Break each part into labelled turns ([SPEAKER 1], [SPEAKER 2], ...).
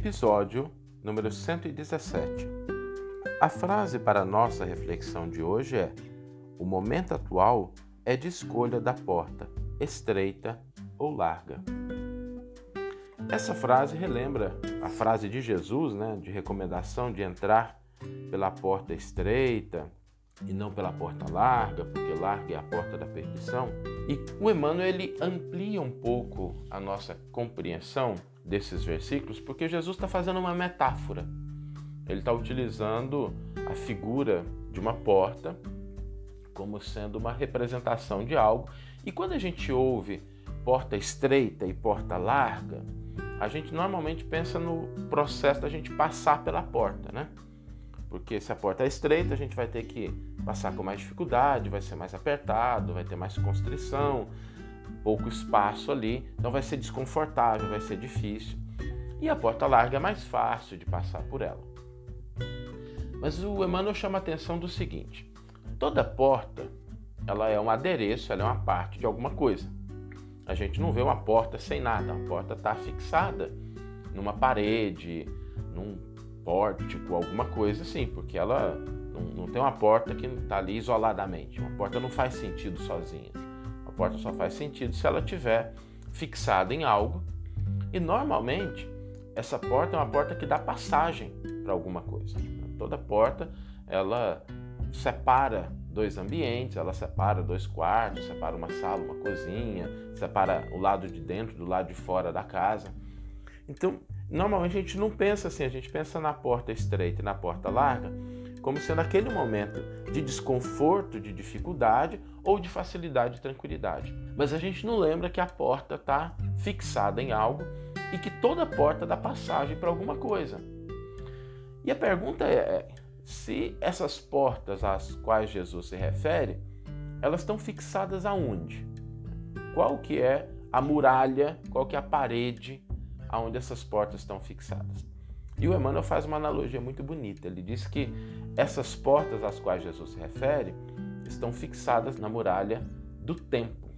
[SPEAKER 1] Episódio número 117. A frase para a nossa reflexão de hoje é: o momento atual é de escolha da porta, estreita ou larga. Essa frase relembra a frase de Jesus, de recomendação de entrar pela porta estreita e não pela porta larga, porque larga é a porta da perdição. E o Emmanuel ele amplia um pouco a nossa compreensão desses versículos, porque Jesus está fazendo uma metáfora. Ele está utilizando a figura de uma porta como sendo uma representação de algo. E quando a gente ouve porta estreita e porta larga, a gente normalmente pensa no processo da gente passar pela porta, Porque se a porta é estreita, a gente vai ter que passar com mais dificuldade, vai ser mais apertado, vai ter mais constrição, pouco espaço ali, então vai ser desconfortável, vai ser difícil. E a porta larga é mais fácil de passar por ela. Mas o Emmanuel chama a atenção do seguinte: toda porta, ela é um adereço, ela é uma parte de alguma coisa. A gente não vê uma porta sem nada, a porta está fixada numa parede, num pórtico, alguma coisa assim, porque ela não tem uma porta que está ali isoladamente. Uma porta não faz sentido sozinha. Uma porta só faz sentido se ela estiver fixada em algo. E normalmente essa porta é uma porta que dá passagem para alguma coisa. Toda porta ela separa dois ambientes, ela separa dois quartos, separa uma sala, uma cozinha, separa o lado de dentro do lado de fora da casa. Então, normalmente a gente não pensa assim, a gente pensa na porta estreita e na porta larga como sendo aquele momento de desconforto, de dificuldade ou de facilidade e tranquilidade. Mas a gente não lembra que a porta está fixada em algo e que toda porta dá passagem para alguma coisa. E a pergunta é, se essas portas às quais Jesus se refere, elas estão fixadas aonde? Qual que é a muralha, qual que é a parede aonde essas portas estão fixadas? E o Emmanuel faz uma analogia muito bonita. Ele diz que essas portas às quais Jesus se refere estão fixadas na muralha do tempo.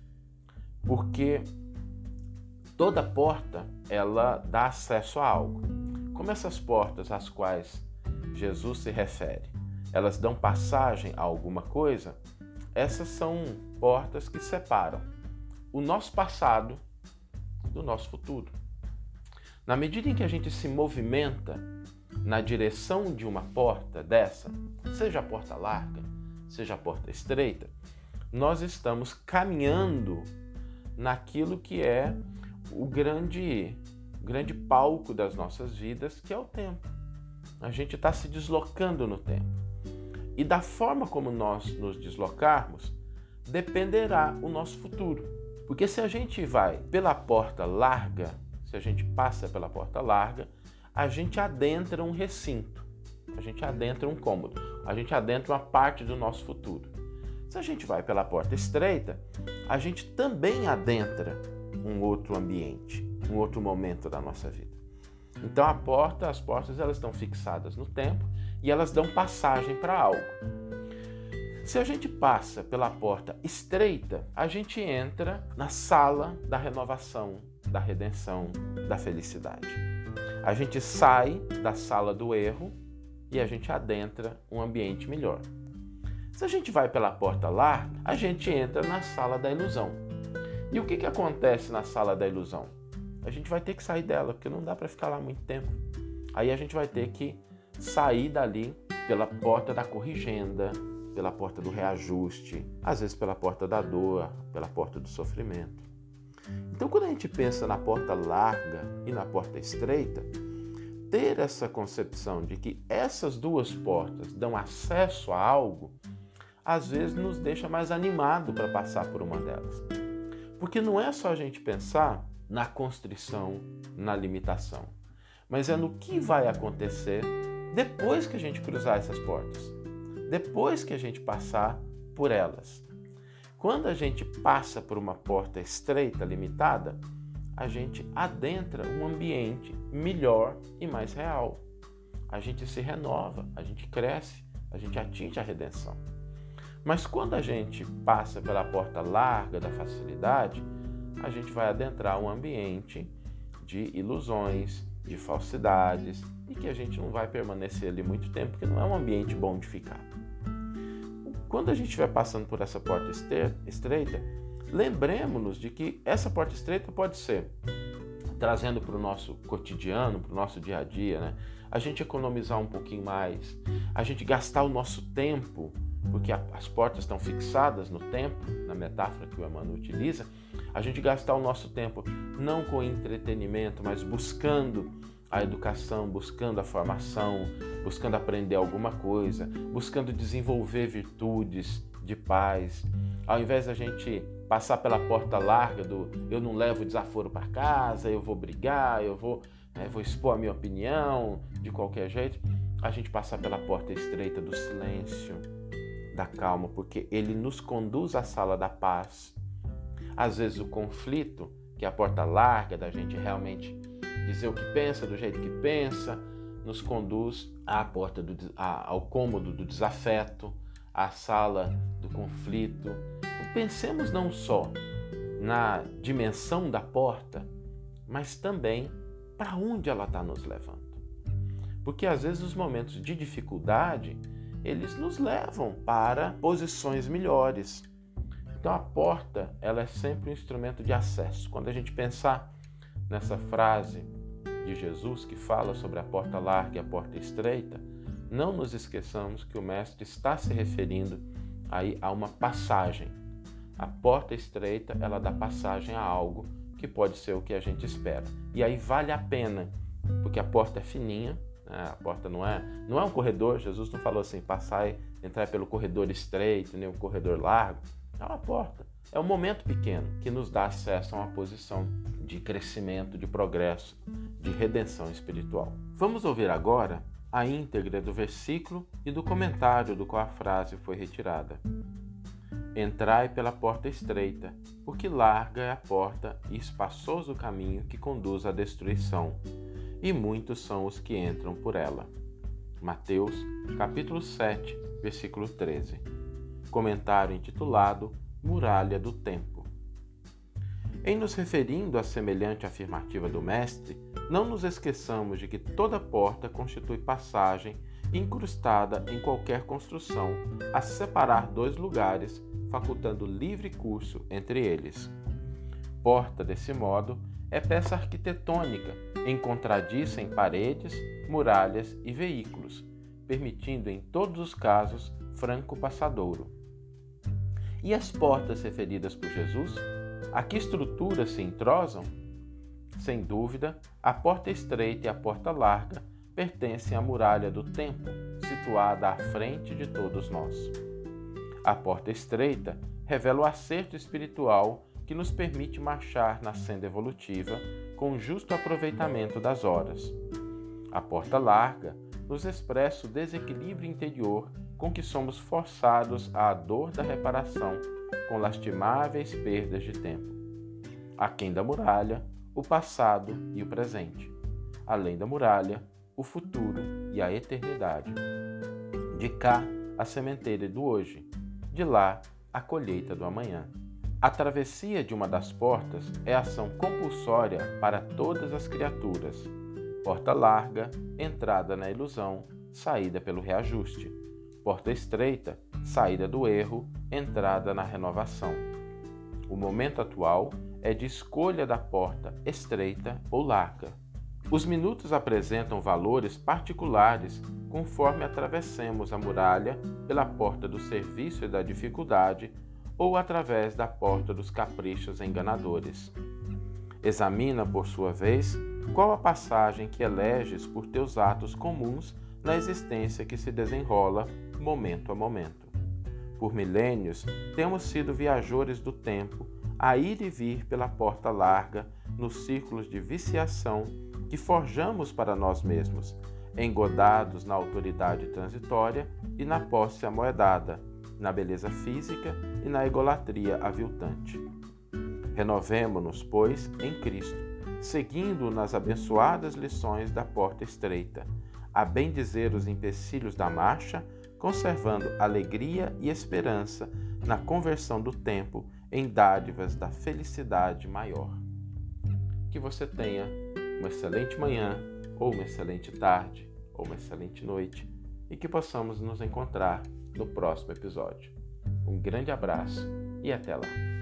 [SPEAKER 1] Porque toda porta, ela dá acesso a algo. Como essas portas às quais Jesus se refere, elas dão passagem a alguma coisa, essas são portas que separam o nosso passado do nosso futuro. Na medida em que a gente se movimenta na direção de uma porta dessa, seja a porta larga, seja a porta estreita, nós estamos caminhando naquilo que é o grande palco das nossas vidas, que é o tempo. A gente está se deslocando no tempo. E da forma como nós nos deslocarmos, dependerá o nosso futuro. Porque se a gente vai pela porta larga, se a gente passa pela porta larga, a gente adentra um recinto, a gente adentra um cômodo, a gente adentra uma parte do nosso futuro. Se a gente vai pela porta estreita, a gente também adentra um outro ambiente, um outro momento da nossa vida. Então as portas elas estão fixadas no tempo e elas dão passagem para algo. Se a gente passa pela porta estreita, a gente entra na sala da renovação, da redenção, da felicidade. A gente sai da sala do erro e a gente adentra um ambiente melhor. Se a gente vai pela porta larga, a gente entra na sala da ilusão. E o que acontece na sala da ilusão? A gente vai ter que sair dela, porque não dá para ficar lá muito tempo. Aí a gente vai ter que sair dali pela porta da corrigenda, pela porta do reajuste, às vezes pela porta da dor, pela porta do sofrimento. Então, quando a gente pensa na porta larga e na porta estreita, ter essa concepção de que essas duas portas dão acesso a algo, às vezes nos deixa mais animado para passar por uma delas. Porque não é só a gente pensar na constrição, na limitação, mas é no que vai acontecer depois que a gente cruzar essas portas, depois que a gente passar por elas. Quando a gente passa por uma porta estreita, limitada, a gente adentra um ambiente melhor e mais real. A gente se renova, a gente cresce, a gente atinge a redenção. Mas quando a gente passa pela porta larga da facilidade, a gente vai adentrar um ambiente de ilusões, de falsidades e que a gente não vai permanecer ali muito tempo, porque não é um ambiente bom de ficar. Quando a gente estiver passando por essa porta estreita, lembremos-nos de que essa porta estreita pode ser trazendo para o nosso cotidiano, para o nosso dia a dia, né? A gente economizar um pouquinho mais, a gente gastar o nosso tempo, porque as portas estão fixadas no tempo, na metáfora que o Emmanuel utiliza, a gente gastar o nosso tempo não com entretenimento, mas buscando a educação, buscando a formação, buscando aprender alguma coisa, buscando desenvolver virtudes de paz. Ao invés da gente passar pela porta larga do eu não levo desaforo para casa, eu vou brigar, eu vou expor a minha opinião de qualquer jeito, a gente passar pela porta estreita do silêncio, da calma, porque ele nos conduz à sala da paz. Às vezes o conflito, que é a porta larga da gente realmente dizer o que pensa, do jeito que pensa, nos conduz ao cômodo do desafeto, à sala do conflito. Então, pensemos não só na dimensão da porta, mas também para onde ela está nos levando. Porque às vezes os momentos de dificuldade, eles nos levam para posições melhores. Então a porta, ela é sempre um instrumento de acesso. Quando a gente pensar nessa frase de Jesus que fala sobre a porta larga e a porta estreita, não nos esqueçamos que o Mestre está se referindo aí a uma passagem. A porta estreita, ela dá passagem a algo que pode ser o que a gente espera. E aí vale a pena, porque a porta é fininha, né? A porta não é um corredor. Jesus não falou assim, entrar pelo corredor estreito, nem o corredor largo. É uma porta. É um momento pequeno que nos dá acesso a uma posição de crescimento, de progresso, de redenção espiritual. Vamos ouvir agora a íntegra do versículo e do comentário do qual a frase foi retirada. Entrai pela porta estreita, porque larga é a porta e espaçoso o caminho que conduz à destruição, e muitos são os que entram por ela. Mateus, capítulo 7, versículo 13. Comentário intitulado Muralha do Tempo. Em nos referindo à semelhante afirmativa do Mestre, não nos esqueçamos de que toda porta constitui passagem incrustada em qualquer construção, a separar dois lugares, facultando livre curso entre eles. Porta, desse modo, é peça arquitetônica, encontradiça em paredes, muralhas e veículos, permitindo em todos os casos franco passadouro. E as portas referidas por Jesus, a que estruturas se entrosam? Sem dúvida, a porta estreita e a porta larga pertencem à muralha do tempo, situada à frente de todos nós. A porta estreita revela o acerto espiritual que nos permite marchar na senda evolutiva com justo aproveitamento das horas. A porta larga nos expressa o desequilíbrio interior com que somos forçados à dor da reparação com lastimáveis perdas de tempo. Aquém da muralha, o passado e o presente. Além da muralha, o futuro e a eternidade. De cá, a sementeira do hoje. De lá, a colheita do amanhã. A travessia de uma das portas é ação compulsória para todas as criaturas. Porta larga, entrada na ilusão, saída pelo reajuste. Porta estreita, saída do erro, entrada na renovação. O momento atual é de escolha da porta estreita ou larga. Os minutos apresentam valores particulares conforme atravessemos a muralha pela porta do serviço e da dificuldade ou através da porta dos caprichos enganadores. Examina, por sua vez, qual a passagem que eleges por teus atos comuns na existência que se desenrola momento a momento. Por milênios, temos sido viajores do tempo a ir e vir pela porta larga nos círculos de viciação que forjamos para nós mesmos, engodados na autoridade transitória e na posse amoedada, na beleza física e na egolatria aviltante. Renovemo-nos, pois, em Cristo, seguindo nas abençoadas lições da porta estreita, a bendizer os empecilhos da marcha, conservando alegria e esperança na conversão do tempo em dádivas da felicidade maior. Que você tenha uma excelente manhã ou uma excelente tarde, ou uma excelente noite, e que possamos nos encontrar no próximo episódio. Um grande abraço e até lá!